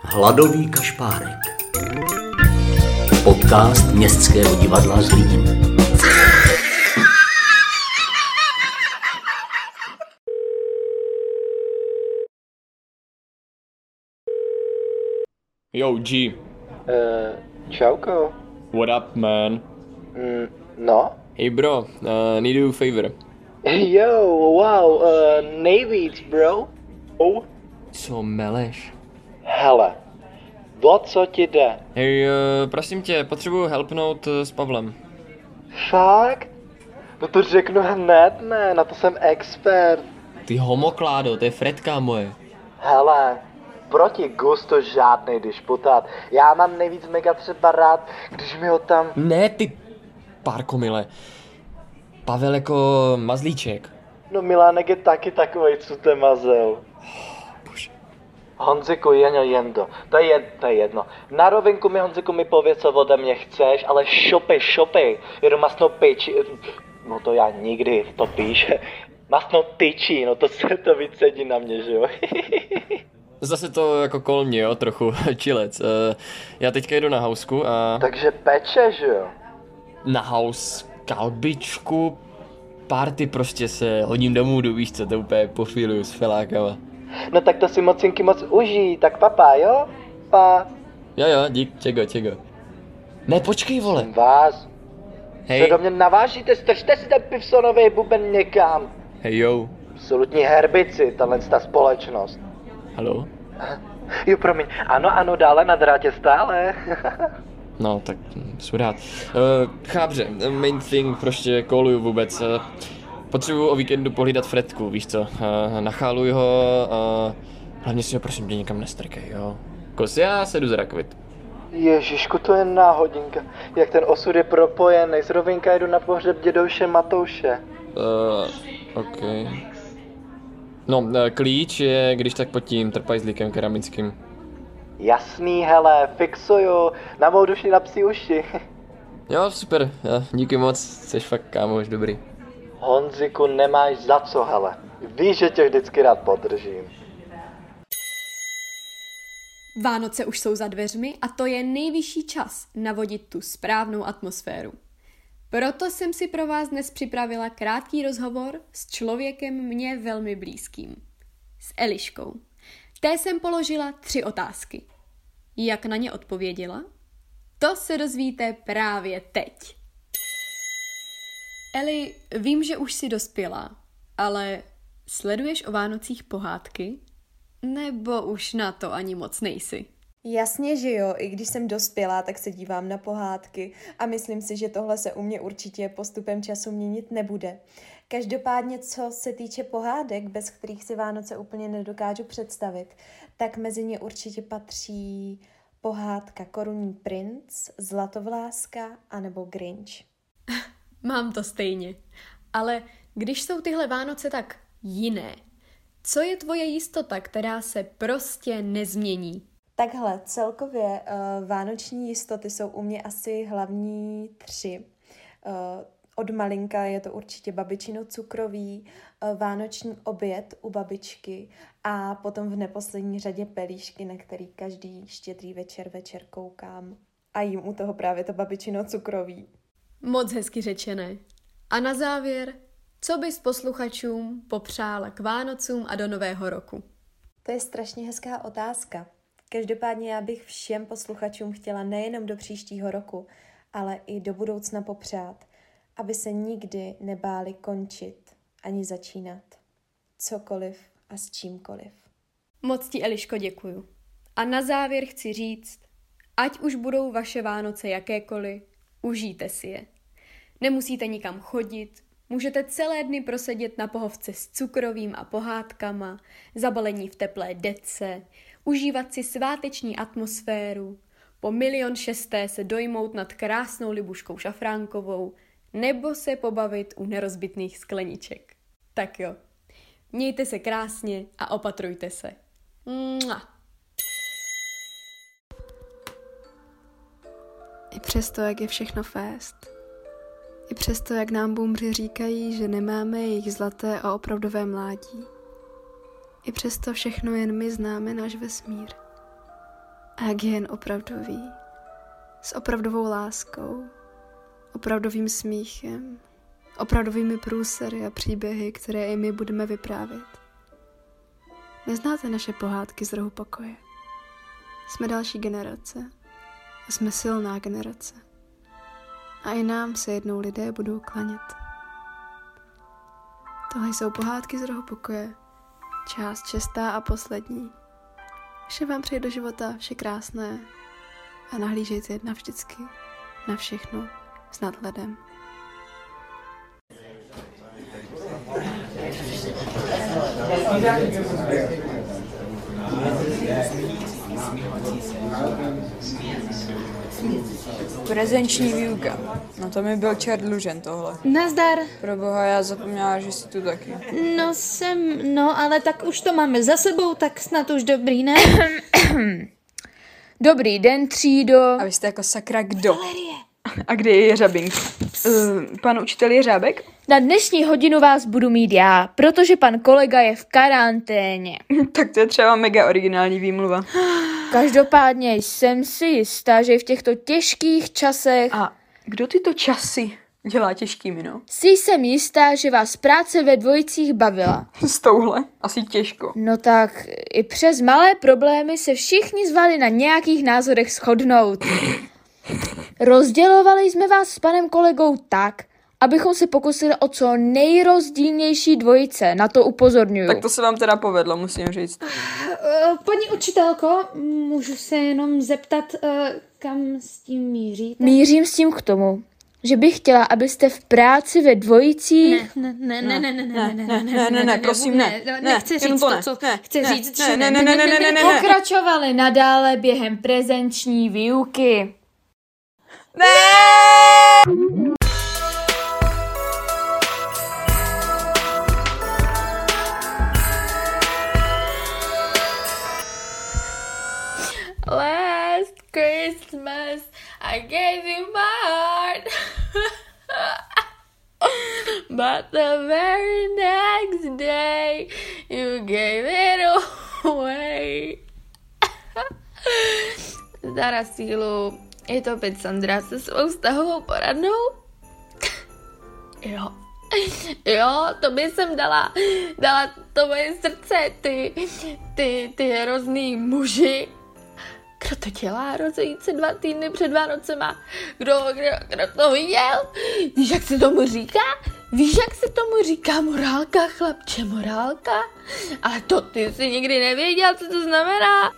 Hladový kašpárek. Podcast Městského divadla Zlín. Yo, G. Čauko. What up, man? No? Hey, bro, need you a favor. Yo, wow, nejvíc, bro. Oh. Co meleš? Hele, o co ti jde? Hej, prosím tě, potřebuji helpnout s Pavlem. Fakt? No to řeknu hned, ne, na to jsem expert. Ty homokládo, to je Fredka moje. Hele, proti gustu žádnej disputát. Já mám nejvíc mega třeba rád, když mi ho tam... Ne, ty párkomile. Pavel jako mazlíček. No Milánek je taky takovej, co te mazel. Bože. Honziku, Jendo, to je jedno. Na rovinku mi, Honziku, mi pověz, co ode mě chceš, ale šopej, jedu masnou piči. No to já nikdy, to píš. Masnou tyčí, no to se to víc sedí na mě, že jo. Zase to jako kolem mě, jo, trochu čilec. Já teďka jedu na housku a... Takže peče, že jo? Na house kalbičku, party, prostě se hodím domů, víš co, to úplně pofiluju s felákama. No tak to si mocinky moc užij, tak papa, jo? Pa. Jo, dík, čego. Ne, počkej, vole. Vás. Hej. Co do mě navážíte, stržte si ten pivsonový buben někam. Hej, jo. Absolutní herbici, ta společnost. Haló? Jo, promiň, ano, dále na drátě stále. No, tak jsem rád. Chápře, main thing, prostě koluju vůbec. Potřebuju o víkendu pohlídat Fredku, víš co? Nacháluj ho a hlavně si ho prosím tě nikam nestrkej, jo? Kos, já se jdu zrakvit. Ježišku, to je náhodinka. Jak ten osud je propojený. Z rovinka jdu na pohřeb dědouše Matouše. OK. No, klíč je, když tak pod tím trpajzlíkem keramickým. Jasný, hele, fixuju. Na mou duši, na psí uši. Jo, super, díky moc, jsi fakt kámoš, dobrý. Honziku, nemáš za co, hele. Víš, že tě vždycky rád podržím. Vánoce už jsou za dveřmi a to je nejvyšší čas navodit tu správnou atmosféru. Proto jsem si pro vás dnes připravila krátký rozhovor s člověkem mně velmi blízkým. S Eliškou. Té jsem položila 3 otázky. Jak na ně odpověděla? To se dozvíte právě teď. Eli, vím, že už jsi dospělá, ale sleduješ o Vánocích pohádky? Nebo už na to ani moc nejsi? Jasně, že jo, i když jsem dospělá, tak se dívám na pohádky a myslím si, že tohle se u mě určitě postupem času měnit nebude. Každopádně, co se týče pohádek, bez kterých si Vánoce úplně nedokážu představit, tak mezi ně určitě patří pohádka Korunní princ, Zlatovláska anebo Grinch. Mám to stejně. Ale když jsou tyhle Vánoce tak jiné, co je tvoje jistota, která se prostě nezmění? Takhle, celkově vánoční jistoty jsou u mě asi hlavní 3. Od malinka je to určitě babičino cukroví, vánoční oběd u babičky a potom v neposlední řadě pelíšky, na který každý štědrý večer koukám. A jím u toho právě to babičino cukroví. Moc hezky řečené. A na závěr, co bys posluchačům popřála k Vánocům a do Nového roku? To je strašně hezká otázka. Každopádně já bych všem posluchačům chtěla nejenom do příštího roku, ale i do budoucna popřát, aby se nikdy nebáli končit ani začínat. Cokoliv a s čímkoliv. Moc ti, Eliško, děkuju. A na závěr chci říct, ať už budou vaše Vánoce jakékoliv, užijte si je. Nemusíte nikam chodit, můžete celé dny prosedět na pohovce s cukrovým a pohádkama, zabalení v teplé dece, užívat si sváteční atmosféru, po 1.600.000 se dojmout nad krásnou Libuškou Šafránkovou nebo se pobavit u nerozbitných skleniček. Tak jo, mějte se krásně a opatrujte se. Mua. I přesto, jak je všechno fest, i přesto, jak nám boomři říkají, že nemáme jejich zlaté a opravdové mládí, i přesto všechno jen my známe náš vesmír. A jak je jen opravdový. S opravdovou láskou, opravdovým smíchem, opravdovými průsery a příběhy, které i my budeme vyprávět. Neznáte naše pohádky z rohu pokoje. Jsme další generace a jsme silná generace. A i nám se jednou lidé budou klanět. Tohle jsou pohádky z rohu pokoje. Část 6. a poslední. Vše vám přijde do života, vše krásné. A nahlížejte navždycky na všechno s nadhledem. Prezenční výuka. No to mi byl čert dlužen tohle. Nazdar. Proboha, já zapomněla, že jsi tu taky. No, ale tak už to máme za sebou, tak snad už dobrý, ne? Dobrý den, třído. A vy jste jako sakra kdo? A kde je Jeřabink? Pan učitel Jeřábek? Na dnešní hodinu vás budu mít já, protože pan kolega je v karanténě. Tak to je třeba mega originální výmluva. Každopádně jsem si jistá, že v těchto těžkých časech... A kdo tyto časy dělá těžkými, no? Si jsem jistá, že vás práce ve dvojicích bavila. S touhle? Asi těžko. No tak i přes malé problémy se všichni zvali na nějakých názorech shodnout. Rozdělovali jsme vás s panem kolegou tak, abychom se pokusili o co nejrozdílnější dvojice, na to upozorňuju. Tak to se vám teda povedlo, musím říct. Paní učitelko, můžu se jenom zeptat, kam s tím míříte? Mířím s tím k tomu, že bych chtěla, abyste v práci ve dvojicích... Ne, prosím, ne. Nechci říct to, co chci říct. Ne. Pokračovali nadále během prezenční výuky. Last Christmas I gave you my heart but the very next day you gave it away. Zdara sílu, je to opět Sandra se svou vztahovou poradnou? Jo, to by jsem dala to moje srdce, ty hrozný muži. Kdo to dělá, rozejít se 2 týdny před Vánocema? Kdo to viděl? Víš, jak se tomu říká? Morálka, chlapče, morálka? Ale to ty jsi nikdy nevěděl, co to znamená.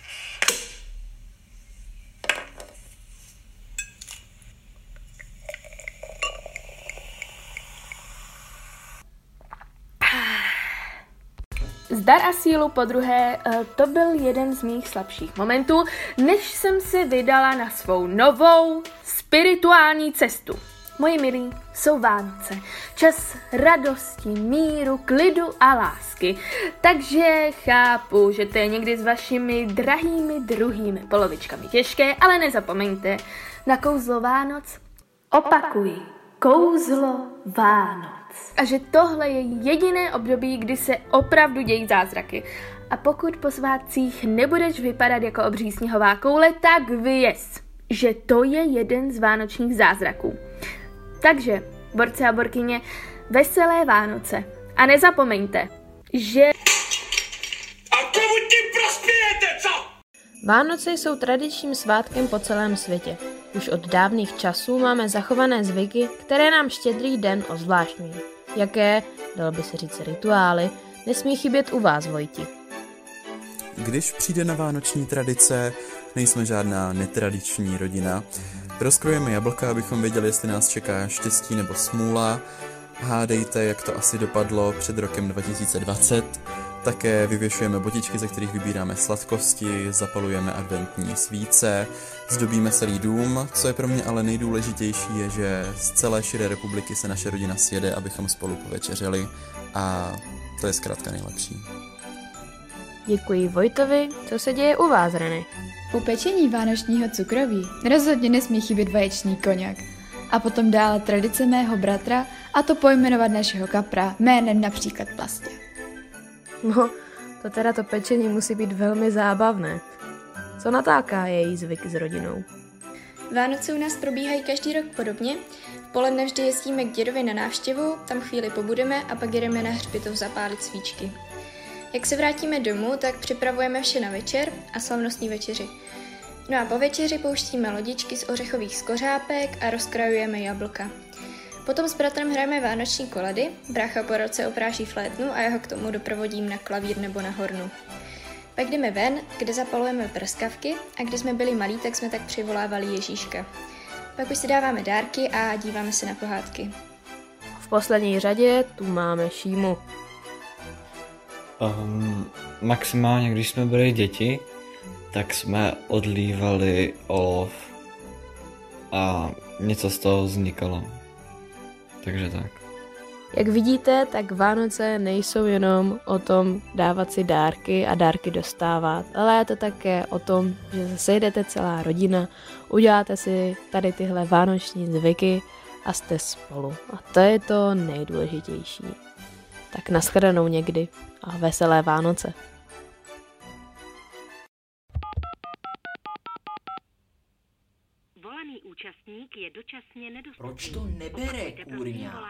Zdar a sílu podruhé, to byl jeden z mých slabších momentů, než jsem si vydala na svou novou spirituální cestu. Moji milí, jsou Vánoce, čas radosti, míru, klidu a lásky. Takže chápu, že to je někdy s vašimi drahými druhými polovičkami těžké, ale nezapomeňte na kouzlo Vánoc. Opakuji, kouzlo Vánoc. A že tohle je jediné období, kdy se opravdu dějí zázraky. A pokud po svátcích nebudeš vypadat jako obří sněhová koule, tak věz, že to je jeden z vánočních zázraků. Takže, borci a borkyně, veselé Vánoce. A nezapomeňte, že... A komu tím prospějete, co? Vánoce jsou tradičním svátkem po celém světě. Už od dávných časů máme zachované zvyky, které nám Štědrý den ozvláštňují. Jaké, dalo by se říct rituály, nesmí chybět u vás, Vojti? Když přijde na vánoční tradice, nejsme žádná netradiční rodina. Rozkrojeme jablka, abychom věděli, jestli nás čeká štěstí nebo smůla. Hádejte, jak to asi dopadlo před rokem 2020. Také vyvěšujeme botičky, ze kterých vybíráme sladkosti, zapalujeme adventní svíce, zdobíme celý dům. Co je pro mě ale nejdůležitější, je, že z celé širé republiky se naše rodina sjede, abychom spolu povečeřili, a to je zkrátka nejlepší. Děkuji Vojtovi. Co se děje u vás, René? U pečení vánočního cukroví rozhodně nesmí chybět vaječný koněk. A potom dále tradice mého bratra, a to pojmenovat našeho kapra jménem například Plastě. No, to pečení musí být velmi zábavné. co Natálka je její zvyk s rodinou. Vánoce u nás probíhají každý rok podobně. V poledne vždy jezdíme k dědovi na návštěvu, tam chvíli pobudeme a pak jedeme na hřbitov zapálit svíčky. Jak se vrátíme domů, tak připravujeme vše na večer a slavnostní večeři. No a po večeři pouštíme lodičky z ořechových skořápek a rozkrajujeme jablka. Potom s bratrem hrajeme vánoční koledy, brácha po roce opráší flétnu a já ho k tomu doprovodím na klavír nebo na hornu. Pak jdeme ven, kde zapalujeme prskavky a když jsme byli malí, tak jsme tak přivolávali Ježíška. Pak už si dáváme dárky a díváme se na pohádky. V poslední řadě tu máme Šímu. Maximálně, když jsme byli děti, tak jsme odlívali olov a něco z toho vznikalo. Takže tak. Jak vidíte, tak Vánoce nejsou jenom o tom dávat si dárky a dárky dostávat, ale je to také o tom, že se sejdete celá rodina, uděláte si tady tyhle vánoční zvyky a jste spolu. A to je to nejdůležitější. Tak nashledanou někdy a veselé Vánoce. Volaný účastník je dočasně nedostupný. Proč to nebere, kurňa?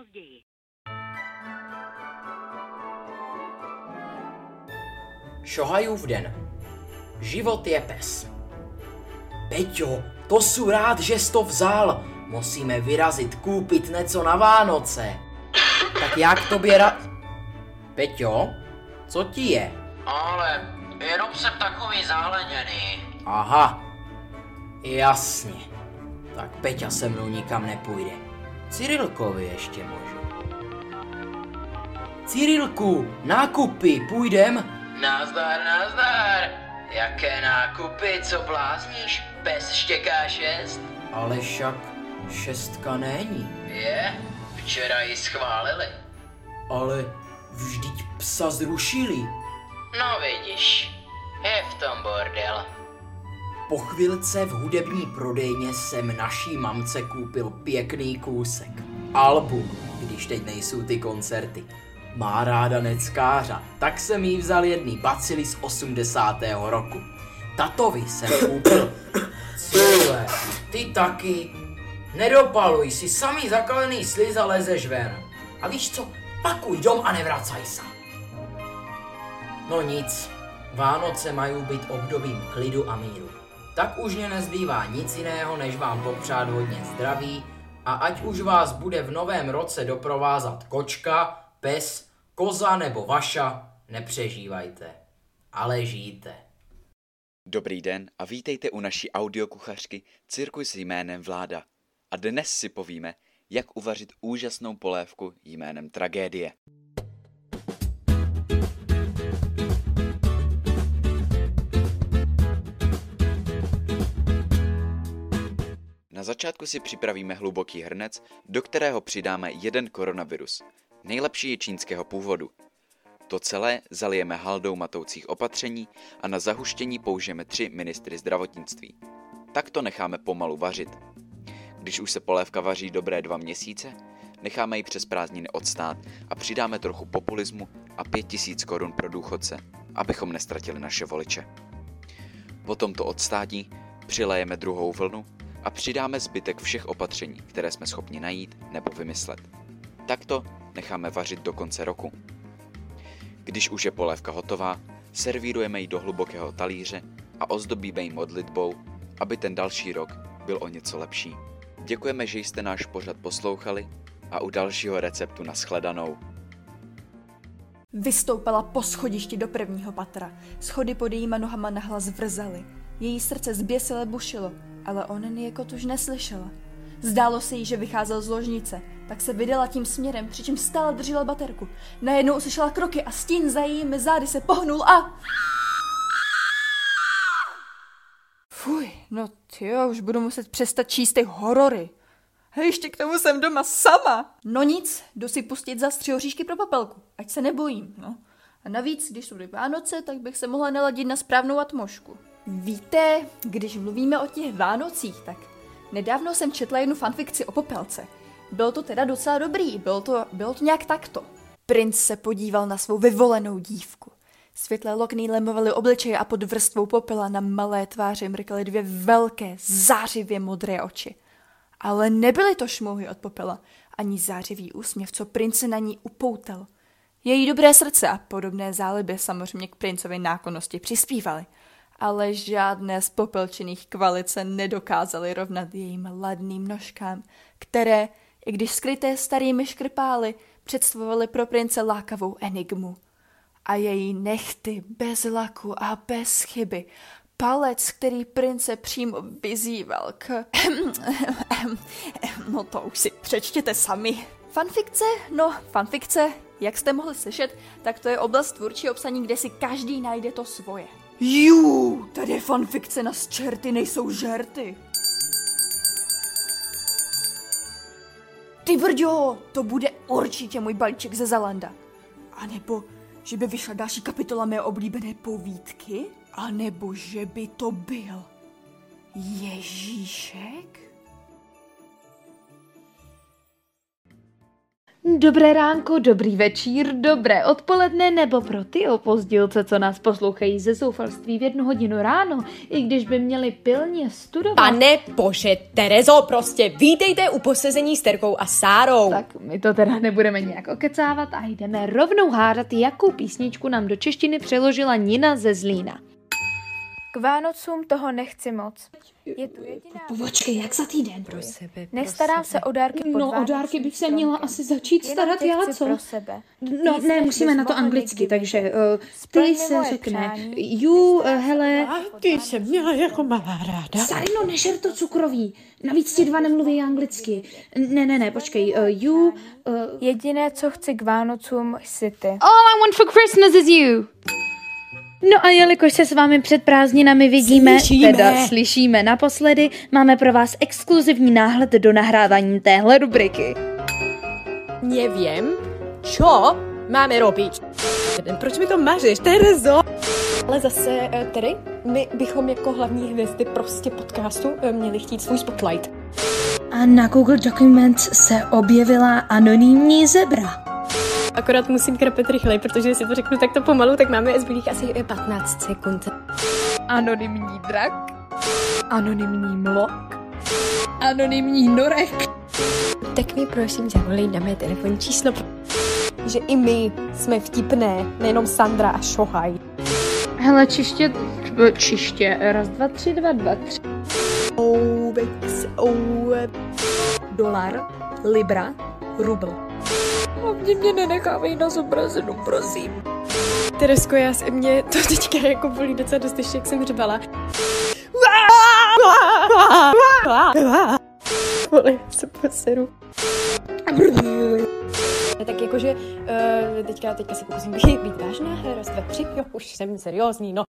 Šohajův den. Život je pes. Peťo, to sú rád, že jsi to vzal. Musíme vyrazit koupit něco na Vánoce. Tak jak tobě Peťo, co ti je? Ale jenom jsem takový záleněný. Aha, jasně. Tak Peťa se mnou nikam nepůjde. Cyrilkovi ještě můžu. Cyrilku, nákupy, půjdem? Nazdar, nazdar. Jaké nákupy, co blázníš? Pes štěká 6? Ale však 6 není. Je? Včera ji schválili. Ale vždyť psa zrušili. No vidíš, je v tom bordel. Po chvilce v hudební prodejně jsem naší mamce koupil pěkný kousek. Album, když teď nejsou ty koncerty. Má ráda neckářa, tak jsem jí vzal jedný bacily z 80. roku. Tatovi jsem koupil. Cule, ty taky. Nedopaluj si, samý zakalený sliz a lezeš ven. A víš co, pakuj dom a nevracaj se. No nic, Vánoce mají být obdobím klidu a míru. Tak už mě nezbývá nic jiného, než vám popřát hodně zdraví a ať už vás bude v novém roce doprovázat kočka, pes, koza nebo vaša, nepřežívajte, ale žijte. Dobrý den a vítejte u naší audiokuchařky Cirkus jménem Vláda. A dnes si povíme, jak uvařit úžasnou polévku jménem Tragédie. Na začátku si připravíme hluboký hrnec, do kterého přidáme 1 koronavirus. Nejlepší je čínského původu. To celé zalijeme haldou matoucích opatření a na zahuštění použijeme 3 ministry zdravotnictví. Tak to necháme pomalu vařit. Když už se polévka vaří dobré 2 měsíce, necháme ji přes prázdniny odstát a přidáme trochu populismu a 5000 korun pro důchodce, abychom nestratili naše voliče. Potom to odstátí, přilejeme druhou vlnu a přidáme zbytek všech opatření, které jsme schopni najít nebo vymyslet. Takto necháme vařit do konce roku. Když už je polévka hotová, servírujeme ji do hlubokého talíře a ozdobíme ji modlitbou, aby ten další rok byl o něco lepší. Děkujeme, že jste náš pořad poslouchali a u dalšího receptu nashledanou. Vystoupala po schodišti do 1. patra. Schody pod jejíma nohama nahlas vrzaly. Její srdce zběsile bušilo, ale onen je kot už neslyšela. Zdálo se jí, že vycházel z ložnice, tak se vydala tím směrem, přičemž stále držela baterku. Najednou uslyšela kroky a stín za jejími zády se pohnul a... Fuj, no tyjo, už budu muset přestat číst ty horory. A ještě k tomu jsem doma sama. No nic, jdu si pustit za 3 oříšky pro Papelku, ať se nebojím, no. A navíc, když jsou Vánoce, tak bych se mohla naladit na správnou atmosféru. Víte, když mluvíme o těch Vánocích, tak nedávno jsem četla jednu fanfikci o Popelce. Bylo to teda docela dobrý, bylo to nějak takto. Princ se podíval na svou vyvolenou dívku. Světlé lokny lemovaly obličeje a pod vrstvou popela na malé tváři mrkaly 2 velké, zářivě modré oči. Ale nebyly to šmouhy od popela, ani zářivý úsměv, co prince na ní upoutal. Její dobré srdce a podobné záliby samozřejmě k princově nákonnosti přispívaly, ale žádné z popelčených kvalit se nedokázaly rovnat jejím ladným nožkám, které, i když skryté starými škrpály, představovaly pro prince lákavou enigmu. A její nechty bez laku a bez chyby, palec, který prince přímo vyzýval k... No to už si přečtěte sami. Fanfikce, jak jste mohli slyšet, tak to je oblast tvůrčího psaní, kde si každý najde to svoje. Tady fanfikce na čerty nejsou žerty. Ty brďo, to bude určitě můj balíček ze Zalanda. A nebo, že by vyšla další kapitola mé oblíbené povídky? A nebo, že by to byl Ježíšek? Dobré ránko, dobrý večír, dobré odpoledne, nebo pro ty opozdělce, co nás poslouchají ze zoufalství v 1 hodinu ráno, i když by měli pilně studovat. Pane bože, Terezo, prostě vítejte u posezení s Terkou a Sárou. Tak my to teda nebudeme nějak okecávat a jdeme rovnou hádat, jakou písničku nám do češtiny přeložila Nina ze Zlína. K Vánocům toho nechci moc. Je tu jediná... Počkej, jak za týden? Pro sebe, Nestarám se o dárky pod No, o dárky bych se měla asi začít starat já, co? pro sebe. No, ne, musíme na to anglicky, takže ty se řekne you, hele... Ty jsem měla jako malá ráda. Sarino, nežer to cukroví. Navíc ti 2 nemluví anglicky. Ne, počkej, you... Jediné, co chci k Vánocům, jsi ty. All I want for Christmas is you. No a jelikož se s vámi před prázdninami vidíme, slyšíme naposledy, máme pro vás exkluzivní náhled do nahrávání téhle rubriky. Nevím, čo máme robiť. Proč mi to mažeš, Terezo? Ale zase, tedy, my bychom jako hlavní hvězdy prostě podcastu měli chtít svůj spotlight. A na Google Documents se objevila anonymní zebra. Akorát musím krapet rychleji, protože si to řeknu takto pomalu, tak máme zbylých asi 15 sekund. Anonymní drak. Anonymní mlok. Anonymní norek. Tak mi prosím zavolej na mé telefonní číslo, že i my jsme vtipné, nejenom Sandra a Šohaj. Hele, čiště, 1, 2, 3, 2, 2, 3. Dolar, libra, rubl. Hlavně mě nenechávej na zobrazenu, prosím. Teresko, mě to teďka jako bolí docela dost, ještě jak jsem řvala. Vole, já se poseru. Tak jakože, teďka si pokusím být vážná, 1, 2, 3, jo, už jsem seriózní, no.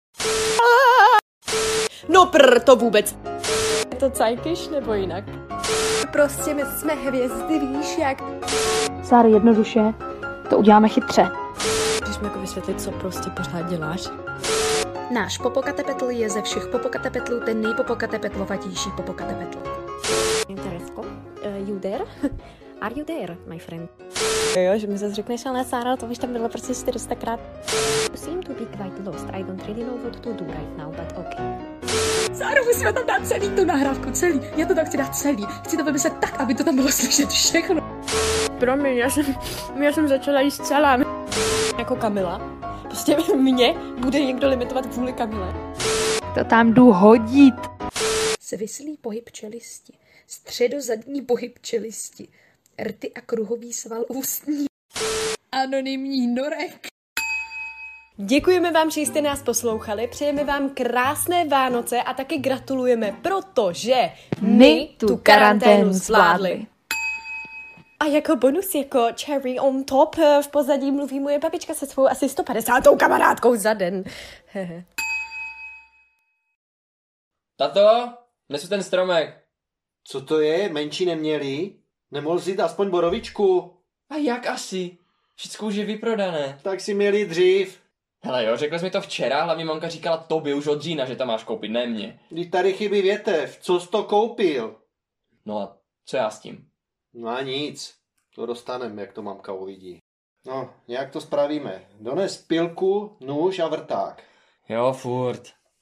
No to vůbec. Je to cajkyš nebo jinak? Prostě my jsme hvězdy, víš jak. Sáry, jednoduše, to uděláme chytře. Můžeš mi jako vysvětlit, co prostě pořád děláš? Náš Popokatepetl je ze všech Popokatepetlu ten nejpopokatepetlovatější Popokatepetl. Teresko, you there? Are you there, my friend? Jo, že mi zase řekneš, ale Sára, to už tam bylo prostě 400krát. You seem to be quite lost. I don't really know what to do right now, but okay. Sáro, musíme tam dát celý tu nahrávku, celý. Já to tam chci dát celý. Chci to vymyslet tak, aby to tam bylo slyšet všechno. Promiň, já jsem začala jíst salám. Jako Kamila. Prostě mě bude někdo limitovat kvůli Kamile. To tam jdu hodit. Svislý pohyb čelisti, středozadní pohyb čelisti, rty a kruhový sval ústní. Anonymní norek. Děkujeme vám, že jste nás poslouchali, přejeme vám krásné Vánoce a taky gratulujeme, protože my tu karanténu zvládli. A jako bonus, jako cherry on top, v pozadí mluví moje babička se svou asi 150. kamarádkou za den. Tato, nesu ten stromek. Co to je? Menší neměli? Nemohl jsi jít aspoň borovičku? A jak asi? Všechno už je vyprodané. Tak si měli dřív. Hele jo, řekl jsi mi to včera, hlavně mamka říkala tobě už od října, že tam máš koupit, ne mě. Když tady chybí větev, co jsi to koupil? No a co já s tím? No a nic, to dostaneme, jak to mamka uvidí. No, nějak to spravíme. Dones pilku, nůž a vrták. Jo, furt.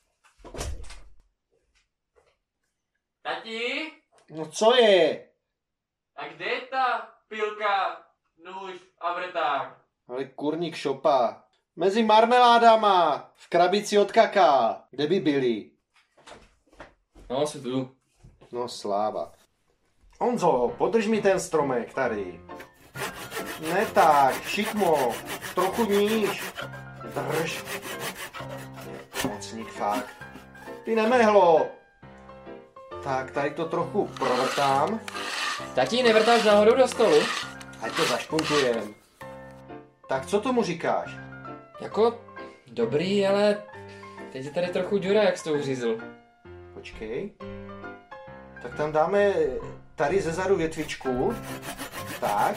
Tati? No co je? A kde je ta pilka, nůž a vrták? Ale kurník šopa. Mezi marmeládama, v krabici od kaká. Kde by byli? No, jsou tu. No sláva. Honzo, podrž mi ten stromek tady. Ne tak, šikmo, trochu níž. Drž. Mocník fakt. Ty nemehlo. Tak, tady to trochu provrtám. Tati, nevrtáš náhodou do stolu? Ať to zašpuntujem. Tak co tomu říkáš? Jako, dobrý, ale teď je tady trochu děra, jak jsi to uřízl. Počkej. Tak tam dáme tady zezadu větvičku. Tak.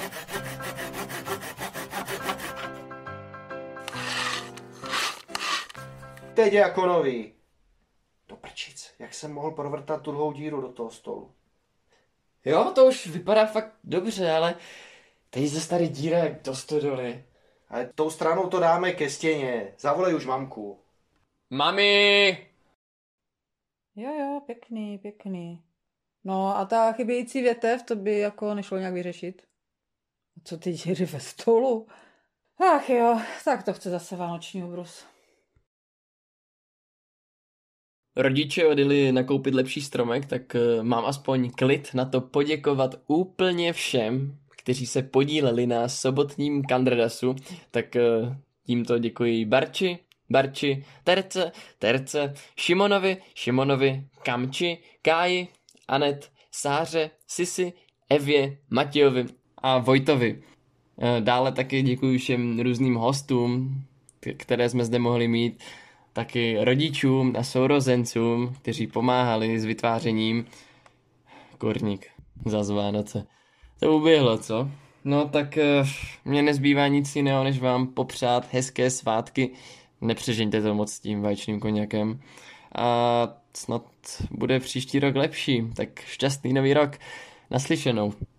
Teď je jako nový. Do prčic, jak jsem mohl provrtat tu druhou díru do toho stolu. Jo, to už vypadá fakt dobře, ale teď zase tady díra jak do stodoly. Ale tou stranou to dáme ke stěně. Zavolej už mamku. Mami! Jo, pěkný. No a ta chybějící větev, to by jako nešlo nějak vyřešit. A co ty díry ve stolu? Ach jo, tak to chce zase vánoční obrus. Rodiče odjeli nakoupit lepší stromek, tak mám aspoň klid na to poděkovat úplně všem, kteří se podíleli na sobotním Kandradasu, tak tímto děkuji Barči, Terce, Šimonovi, Kamči, Káji, Anet, Sáře, Sisi, Evě, Matějovi a Vojtovi. Dále taky děkuji všem různým hostům, které jsme zde mohli mít, taky rodičům a sourozencům, kteří pomáhali s vytvářením. Kurník, zas Vánoce. To uběhlo, co? No tak mně nezbývá nic jiného, než vám popřát hezké svátky. Nepřežeňte to moc s tím vaječným koněkem. A snad bude příští rok lepší. Tak šťastný nový rok. Naslyšenou.